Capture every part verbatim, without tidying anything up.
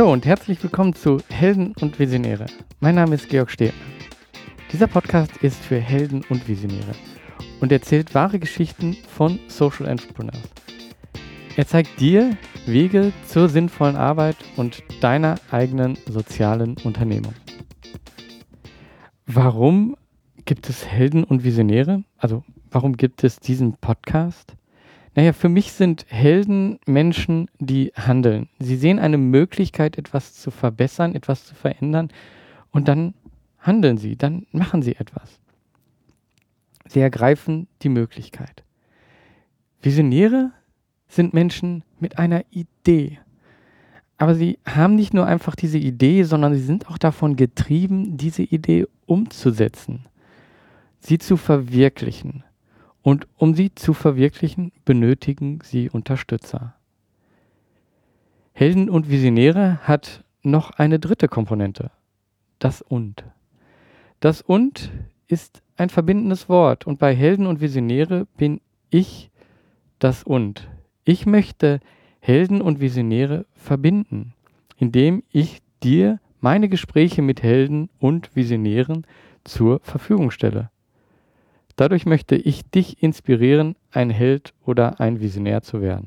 Hallo und herzlich willkommen zu Helden und Visionäre. Mein Name ist Georg Stebner. Dieser Podcast ist für Helden und Visionäre und erzählt wahre Geschichten von Social Entrepreneurs. Er zeigt dir Wege zur sinnvollen Arbeit und deiner eigenen sozialen Unternehmung. Warum gibt es Helden und Visionäre? Also warum gibt es diesen Podcast? Naja, für mich sind Helden Menschen, die handeln. Sie sehen eine Möglichkeit, etwas zu verbessern, etwas zu verändern und dann handeln sie, dann machen sie etwas. Sie ergreifen die Möglichkeit. Visionäre sind Menschen mit einer Idee. Aber sie haben nicht nur einfach diese Idee, sondern sie sind auch davon getrieben, diese Idee umzusetzen, sie zu verwirklichen. Und um sie zu verwirklichen, benötigen sie Unterstützer. Helden und Visionäre hat noch eine dritte Komponente, das Und. Das Und ist ein verbindendes Wort und bei Helden und Visionäre bin ich das Und. Ich möchte Helden und Visionäre verbinden, indem ich dir meine Gespräche mit Helden und Visionären zur Verfügung stelle. Dadurch möchte ich dich inspirieren, ein Held oder ein Visionär zu werden.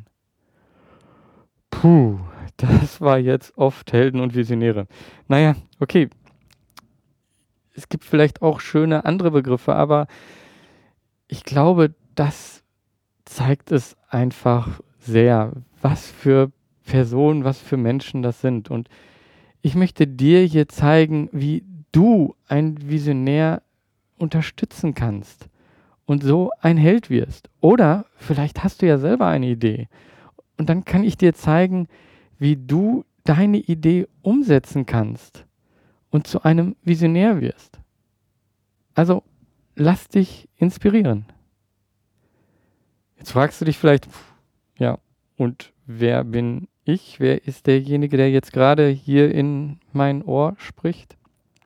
Puh, das war jetzt oft Helden und Visionäre. Naja, okay. Es gibt vielleicht auch schöne andere Begriffe, aber ich glaube, das zeigt es einfach sehr, was für Personen, was für Menschen das sind. Und ich möchte dir hier zeigen, wie du ein Visionär unterstützen kannst und so ein Held wirst. Oder vielleicht hast du ja selber eine Idee. Und dann kann ich dir zeigen, wie du deine Idee umsetzen kannst und zu einem Visionär wirst. Also lass dich inspirieren. Jetzt fragst du dich vielleicht, ja, und wer bin ich? Wer ist derjenige, der jetzt gerade hier in mein Ohr spricht?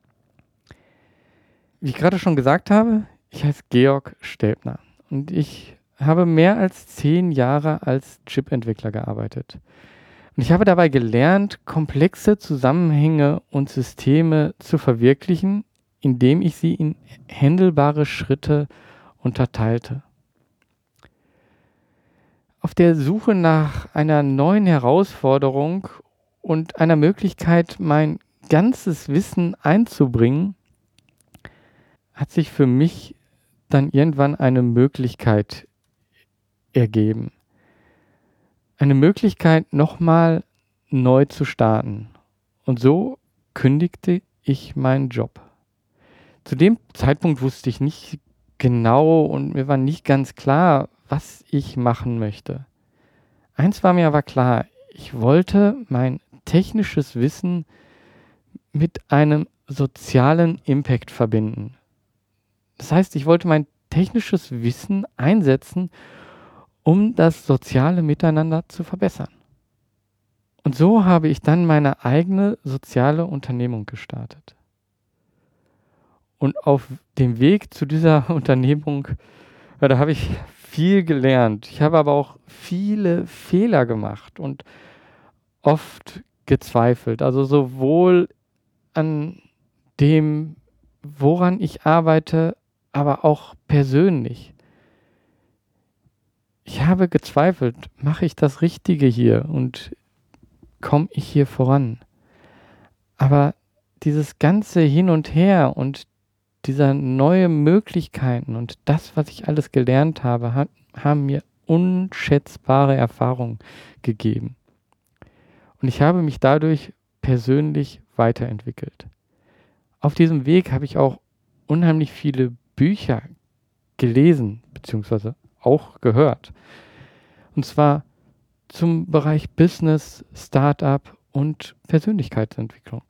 Wie ich gerade schon gesagt habe, ich heiße Georg Stebner und ich habe mehr als zehn Jahre als Chip-Entwickler gearbeitet. Und ich habe dabei gelernt, komplexe Zusammenhänge und Systeme zu verwirklichen, indem ich sie in handelbare Schritte unterteilte. Auf der Suche nach einer neuen Herausforderung und einer Möglichkeit, mein ganzes Wissen einzubringen, hat sich für mich dann irgendwann eine Möglichkeit ergeben. Eine Möglichkeit, nochmal neu zu starten. Und so kündigte ich meinen Job. Zu dem Zeitpunkt wusste ich nicht genau und mir war nicht ganz klar, was ich machen möchte. Eins war mir aber klar, ich wollte mein technisches Wissen mit einem sozialen Impact verbinden. Das heißt, ich wollte mein technisches Wissen einsetzen, um das soziale Miteinander zu verbessern. Und so habe ich dann meine eigene soziale Unternehmung gestartet. Und auf dem Weg zu dieser Unternehmung, ja, da habe ich viel gelernt. Ich habe aber auch viele Fehler gemacht und oft gezweifelt. Also sowohl an dem, woran ich arbeite, aber auch persönlich. Ich habe gezweifelt, mache ich das Richtige hier und komme ich hier voran? Aber dieses ganze Hin und Her und diese neue Möglichkeiten und das, was ich alles gelernt habe, hat, haben mir unschätzbare Erfahrungen gegeben. Und ich habe mich dadurch persönlich weiterentwickelt. Auf diesem Weg habe ich auch unheimlich viele Bücher gelesen, beziehungsweise auch gehört. Und zwar zum Bereich Business, Startup und Persönlichkeitsentwicklung.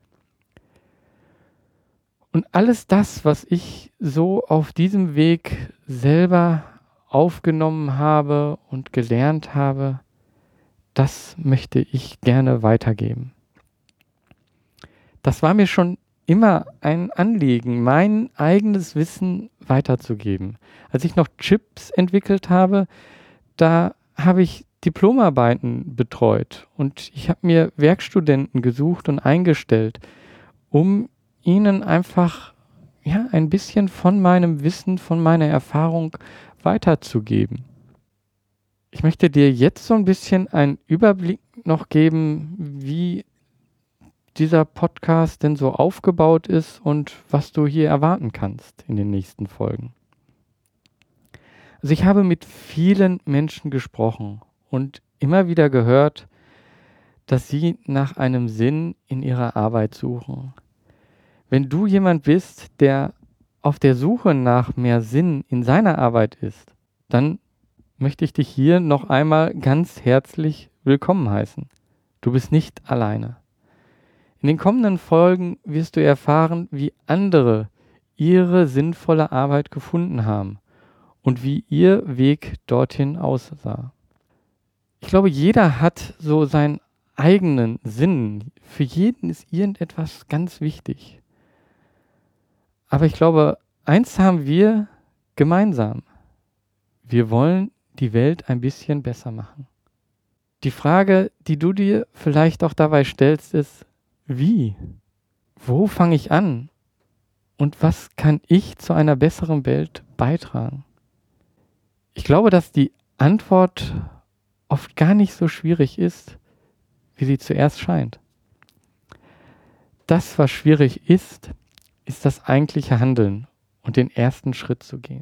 Und alles das, was ich so auf diesem Weg selber aufgenommen habe und gelernt habe, das möchte ich gerne weitergeben. Das war mir schon immer ein Anliegen, mein eigenes Wissen weiterzugeben. Als ich noch Chips entwickelt habe, da habe ich Diplomarbeiten betreut und ich habe mir Werkstudenten gesucht und eingestellt, um ihnen einfach ja, ein bisschen von meinem Wissen, von meiner Erfahrung weiterzugeben. Ich möchte dir jetzt so ein bisschen einen Überblick noch geben, wie dieser Podcast denn so aufgebaut ist und was du hier erwarten kannst in den nächsten Folgen. Also ich habe mit vielen Menschen gesprochen und immer wieder gehört, dass sie nach einem Sinn in ihrer Arbeit suchen. Wenn du jemand bist, der auf der Suche nach mehr Sinn in seiner Arbeit ist, dann möchte ich dich hier noch einmal ganz herzlich willkommen heißen. Du bist nicht alleine. In den kommenden Folgen wirst du erfahren, wie andere ihre sinnvolle Arbeit gefunden haben und wie ihr Weg dorthin aussah. Ich glaube, jeder hat so seinen eigenen Sinn. Für jeden ist irgendetwas ganz wichtig. Aber ich glaube, eins haben wir gemeinsam. Wir wollen die Welt ein bisschen besser machen. Die Frage, die du dir vielleicht auch dabei stellst, ist, wie? Wo fange ich an? Und was kann ich zu einer besseren Welt beitragen? Ich glaube, dass die Antwort oft gar nicht so schwierig ist, wie sie zuerst scheint. Das, was schwierig ist, ist das eigentliche Handeln und den ersten Schritt zu gehen.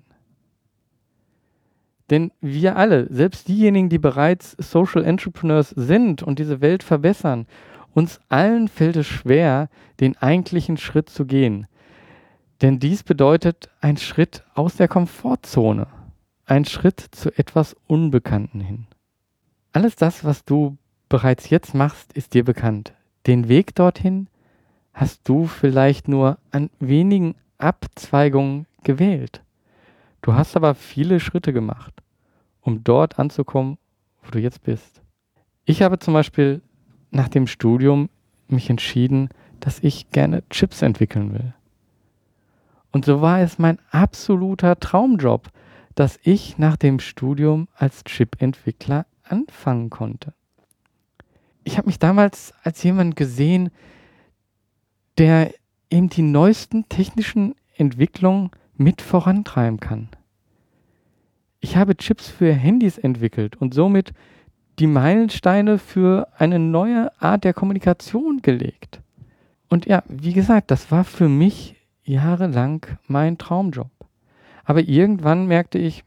Denn wir alle, selbst diejenigen, die bereits Social Entrepreneurs sind und diese Welt verbessern, uns allen fällt es schwer, den eigentlichen Schritt zu gehen. Denn dies bedeutet ein Schritt aus der Komfortzone, ein Schritt zu etwas Unbekannten hin. Alles das, was du bereits jetzt machst, ist dir bekannt. Den Weg dorthin hast du vielleicht nur an wenigen Abzweigungen gewählt. Du hast aber viele Schritte gemacht, um dort anzukommen, wo du jetzt bist. Ich habe zum Beispiel nach dem Studium mich entschieden, dass ich gerne Chips entwickeln will. Und so war es mein absoluter Traumjob, dass ich nach dem Studium als Chip-Entwickler anfangen konnte. Ich habe mich damals als jemand gesehen, der eben die neuesten technischen Entwicklungen mit vorantreiben kann. Ich habe Chips für Handys entwickelt und somit die Meilensteine für eine neue Art der Kommunikation gelegt. Und ja, wie gesagt, das war für mich jahrelang mein Traumjob. Aber irgendwann merkte ich,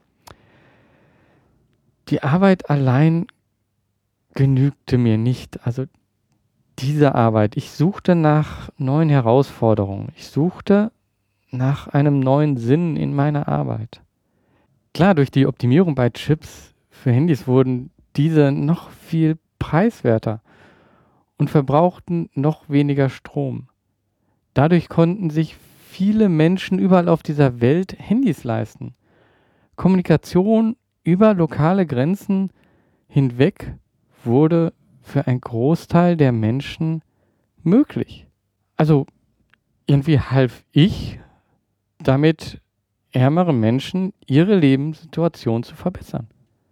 die Arbeit allein genügte mir nicht. Also diese Arbeit. Ich suchte nach neuen Herausforderungen. Ich suchte nach einem neuen Sinn in meiner Arbeit. Klar, durch die Optimierung bei Chips für Handys wurden diese noch viel preiswerter und verbrauchten noch weniger Strom. Dadurch konnten sich viele Menschen überall auf dieser Welt Handys leisten. Kommunikation über lokale Grenzen hinweg wurde für einen Großteil der Menschen möglich. Also irgendwie half ich damit, ärmere Menschen ihre Lebenssituation zu verbessern.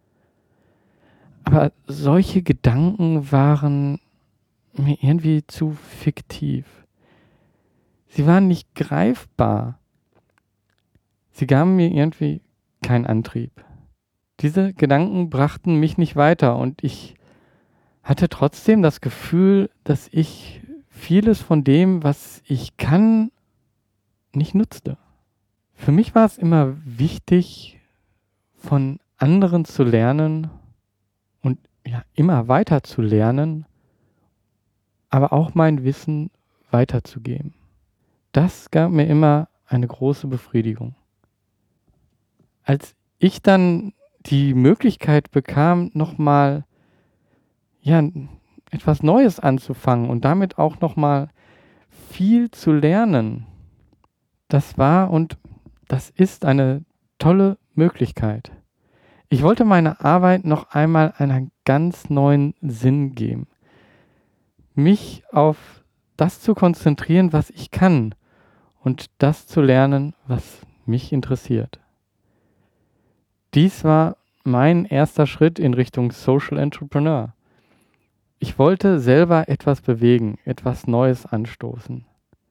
Aber solche Gedanken waren mir irgendwie zu fiktiv. Sie waren nicht greifbar. Sie gaben mir irgendwie keinen Antrieb. Diese Gedanken brachten mich nicht weiter und ich hatte trotzdem das Gefühl, dass ich vieles von dem, was ich kann, nicht nutzte. Für mich war es immer wichtig, von anderen zu lernen und ja, immer weiter zu lernen, aber auch mein Wissen weiterzugeben. Das gab mir immer eine große Befriedigung. Als ich dann die Möglichkeit bekam, nochmal ja, etwas Neues anzufangen und damit auch nochmal viel zu lernen, das war und das ist eine tolle Möglichkeit. Ich wollte meiner Arbeit noch einmal einen ganz neuen Sinn geben. Mich auf das zu konzentrieren, was ich kann und das zu lernen, was mich interessiert. Dies war mein erster Schritt in Richtung Social Entrepreneur. Ich wollte selber etwas bewegen, etwas Neues anstoßen.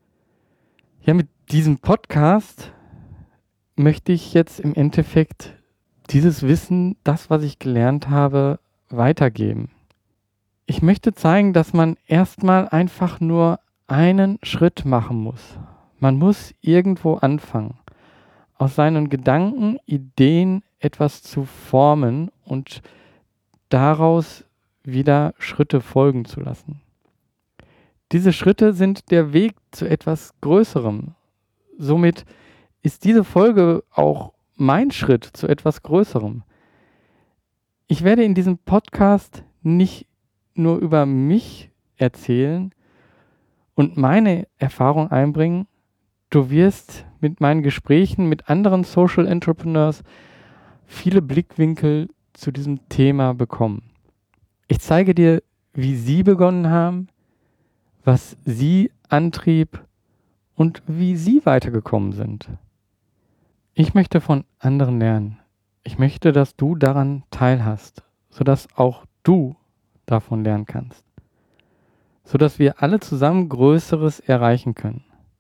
Ja, mit diesem Podcast möchte ich jetzt im Endeffekt dieses Wissen, das, was ich gelernt habe, weitergeben. Ich möchte zeigen, dass man erstmal einfach nur einen Schritt machen muss. Man muss irgendwo anfangen, aus seinen Gedanken, Ideen etwas zu formen und daraus wieder Schritte folgen zu lassen. Diese Schritte sind der Weg zu etwas Größerem. Somit ist diese Folge auch mein Schritt zu etwas Größerem. Ich werde in diesem Podcast nicht nur über mich erzählen und meine Erfahrung einbringen. Du wirst mit meinen Gesprächen mit anderen Social Entrepreneurs viele Blickwinkel zu diesem Thema bekommen. Ich zeige dir, wie sie begonnen haben, was sie antrieb und wie sie weitergekommen sind. Ich möchte von anderen lernen. Ich möchte, dass du daran teilhast, sodass auch du davon lernen kannst. Sodass wir alle zusammen Größeres erreichen können.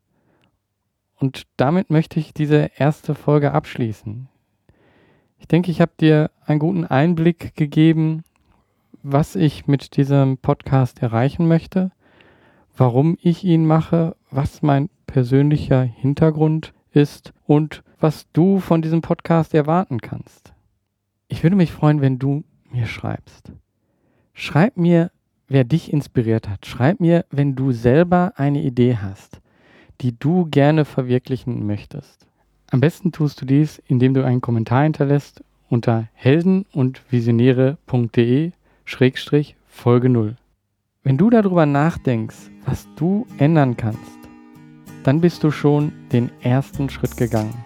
Und damit möchte ich diese erste Folge abschließen. Ich denke, ich habe dir einen guten Einblick gegeben, was ich mit diesem Podcast erreichen möchte, warum ich ihn mache, was mein persönlicher Hintergrund ist und was du von diesem Podcast erwarten kannst. Ich würde mich freuen, wenn du mir schreibst. Schreib mir, wer dich inspiriert hat. Schreib mir, wenn du selber eine Idee hast, die du gerne verwirklichen möchtest. Am besten tust du dies, indem du einen Kommentar hinterlässt unter helden und visionäre punkt de Schrägstrich Folge null. Wenn du darüber nachdenkst, was du ändern kannst, dann bist du schon den ersten Schritt gegangen.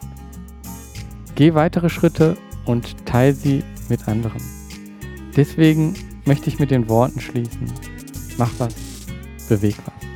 Geh weitere Schritte und teile sie mit anderen. Deswegen möchte ich mit den Worten schließen. Mach was, beweg was.